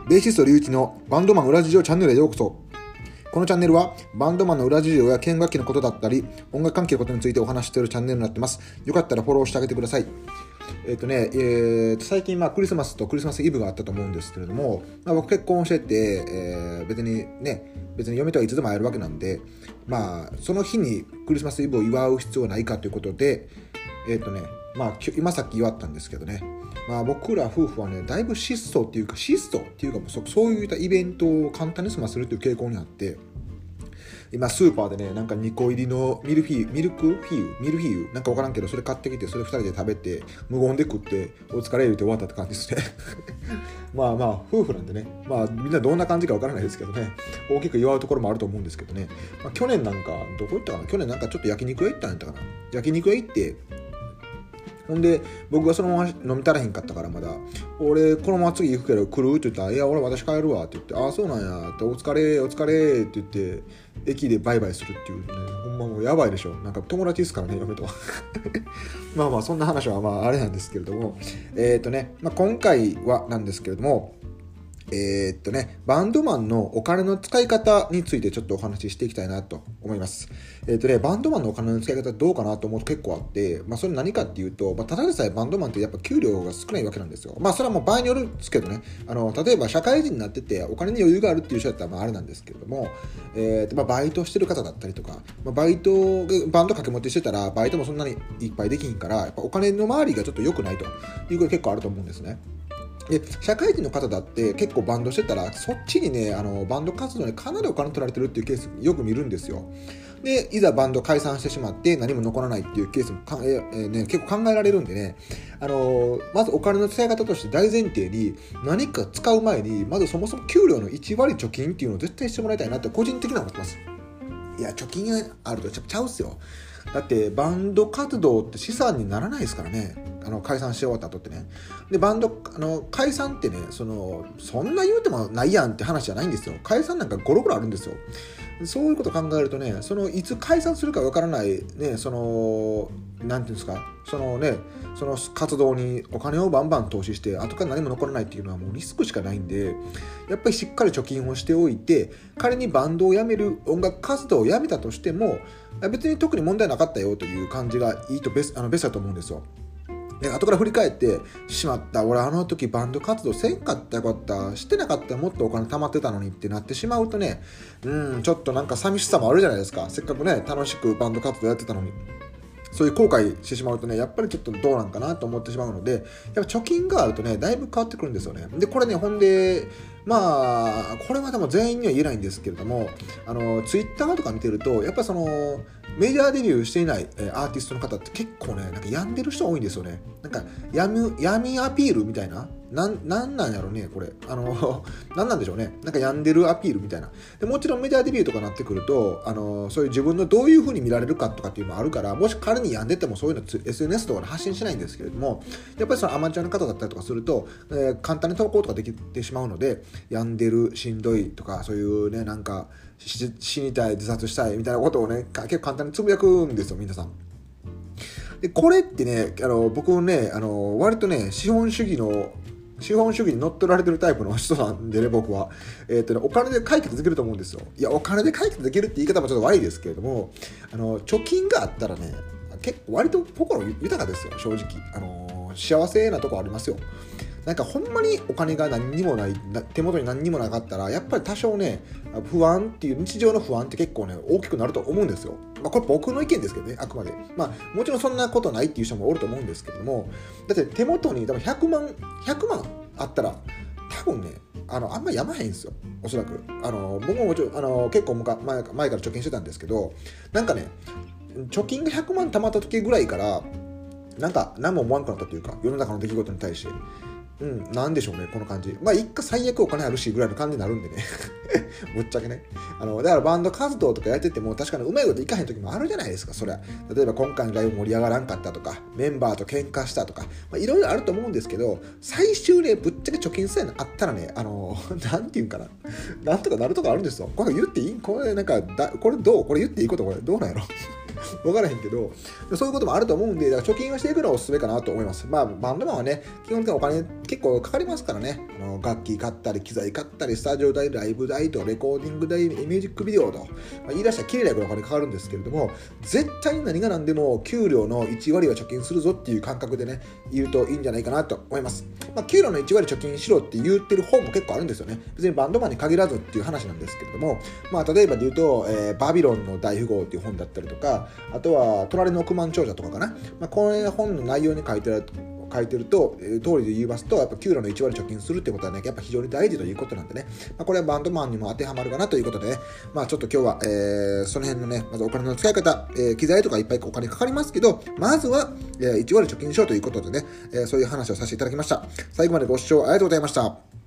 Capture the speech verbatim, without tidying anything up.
ベーシスト龍一のバンドマン裏事情チャンネルへようこそ。このチャンネルはバンドマンの裏事情や弦楽器のことだったり音楽関係のことについてお話しているチャンネルになってます。よかったらフォローしてあげてください。えっ、とね、えー、と最近まあクリスマスとクリスマスイブがあったと思うんですけれども、まあ、僕結婚してて、えー、別にね別に嫁とはいつでも会えるわけなんで、まあその日にクリスマスイブを祝う必要はないかということで、えっ、とねまあ今さっき祝ったんですけどね、まあ、僕ら夫婦はねだいぶ質素っていうか質素っていうかもう そ, そういうイベントを簡単に済ませるという傾向にあって、今スーパーでねなんかにこ入りのミルフィーユミルクフィーユミルフィーユなんか分からんけどそれ買ってきてそれふたりで食べて無言で食ってお疲れ言うて終わったって感じですねまあまあ夫婦なんでね、まあみんなどんな感じか分からないですけどね、大きく祝うところもあると思うんですけどね、まあ、去年なんかどこ行ったかな去年なんかちょっと焼肉屋行ったんやったかな焼肉屋行ってほんで僕がそのまま飲み足らへんかったからまだ俺このまま次行くけど来るって言ったらいや俺私帰るわって言ってああそうなんやってお疲れお疲れって言って駅でバイバイするっていうね、ほんまもうやばいでしょ、なんか友達ですからね嫁とはまあまあそんな話はまああれなんですけれども、えっとね、まあ、今回はなんですけれどもえー、っとね、バンドマンのお金の使い方についてちょっとお話ししていきたいなと思います。えー、っとね、バンドマンのお金の使い方どうかなと思うと結構あって、まあそれ何かっていうと、まあただでさえバンドマンってやっぱ給料が少ないわけなんですよ。まあそれはもう場合によるんですけどね、あの、例えば社会人になっててお金に余裕があるっていう人だったらまああれなんですけれども、えー、っとまあバイトしてる方だったりとか、まあ、バイト、バンド掛け持ちしてたらバイトもそんなにいっぱいできひんから、やっぱお金の回りがちょっと良くないということ結構あると思うんですね。で社会人の方だって結構バンドしてたらそっちにねあのバンド活動にかなりお金取られてるっていうケースよく見るんですよ。でいざバンド解散してしまって何も残らないっていうケースもか、えーね、結構考えられるんでね、あのまずお金の使い方として大前提に何か使う前にまずそもそも給料のいちわり貯金っていうのを絶対してもらいたいなって個人的には思ってます。いや貯金があるとちゃうっすよ。だってバンド活動って資産にならないですからね、あの解散し終わった後ってね。でバンドあの解散ってね そのそんな言うてもないやんって話じゃないんですよ。解散なんかゴロゴロあるんですよ。そういうことを考えるとね、そのいつ解散するかわからないね、そのなんていうんですか、そのねその活動にお金をバンバン投資して後から何も残らないっていうのはもうリスクしかないんで、やっぱりしっかり貯金をしておいて、仮にバンドを辞める音楽活動を辞めたとしても別に特に問題なかったよという感じがいいとベス、あのベストだと思うんですよ。で後から振り返ってしまった俺あの時バンド活動せんかったよかったしてなかったらもっとお金貯まってたのにってなってしまうとね、うんちょっとなんか寂しさもあるじゃないですか。せっかくね楽しくバンド活動やってたのにそういう後悔してしまうとねやっぱりちょっとどうなんかなと思ってしまうので、やっぱ貯金があるとねだいぶ変わってくるんですよね。でこれねほんでまあこれはでも全員には言えないんですけれども、あのツイッターとか見てるとやっぱそのメジャーデビューしていないアーティストの方って結構ねなんか病んでる人多いんですよね。なんか闇闇アピールみたいな、なんなんなんやろねこれ、あのなんなんでしょうね、なんか病んでるアピールみたいな。でもちろんメジャーデビューとかなってくるとあのそういう自分のどういう風に見られるかとかっていうのもあるから、もし仮に病んでてもそういうの エスエヌエス とかで発信しないんですけれども、やっぱりそのアマチュアの方だったりとかすると、えー、簡単に投稿とかできてしまうので、病んでるしんどいとかそういうねなんか死にたい自殺したいみたいなことをね結構簡単につぶやくんですよ皆さん。でこれってねあの僕ねあの割とね資本主義の資本主義に乗っ取られてるタイプの人なんでね僕は、えーとね、お金で解決できると思うんですよ。いやお金で解決できるって言い方もちょっと悪いですけれども、あの貯金があったらね結構割と心豊かですよ正直。あの幸せなとこありますよ。なんかほんまにお金が何にもない手元に何にもなかったらやっぱり多少ね不安っていう日常の不安って結構ね大きくなると思うんですよ。まあこれ僕の意見ですけどねあくまで。まあもちろんそんなことないっていう人もおると思うんですけども、だって手元に多分ひゃくまんひゃくまんあったら多分ねあのあんまやまへんですよおそらく。あの僕ももちろんあの結構前前から貯金してたんですけど、なんかね貯金がひゃくまん貯まった時ぐらいからなんか何も思わんくなったというか、世の中の出来事に対してうん、なんでしょうねこの感じ。まあ一回最悪お金あるしぐらいの感じになるんでねぶっちゃけね、あのだからバンド活動とかやってても確かにうまいこといかへん時もあるじゃないですか。そりゃ例えば今回のライブ盛り上がらんかったとかメンバーと喧嘩したとかいろいろあると思うんですけど、最終ねぶっちゃけ貯金さえあったらねあのなんていうんかななんとかなるとかあるんですよ。これ言っていいこれなんかだこれどうこれ言っていいことこれどうなんやろ分からへんけど、そういうこともあると思うんで、だから貯金はしていくのはおすすめかなと思います。まあ、バンドマンはね、基本的にお金結構かかりますからね。あの楽器買ったり、機材買ったり、スタジオ代、ライブ代と、レコーディング代、ミュージックビデオと、まあ、言い出したらきれいなぐらいお金かかるんですけれども、絶対に何が何でも給料のいち割は貯金するぞっていう感覚でね、言うといいんじゃないかなと思います。まあ、給料のいち割貯金しろって言ってる本も結構あるんですよね。別にバンドマンに限らずっていう話なんですけれども、まあ、例えばで言うと、えー、バビロンの大富豪っていう本だったりとか、あとは隣の億万長者とかかな、まあ、この本の内容に書いてある書いてると、えー、通りで言いますと、やっぱ給料のいち割貯金するってことはね、やっぱ非常に大事ということなんでね、まあ、これはバンドマンにも当てはまるかなということでね、まあちょっと今日は、えー、その辺のね、まずお金の使い方、えー、機材とかいっぱいお金かかりますけど、まずは、えー、いち割貯金しようということでね、えー、そういう話をさせていただきました。最後までご視聴ありがとうございました。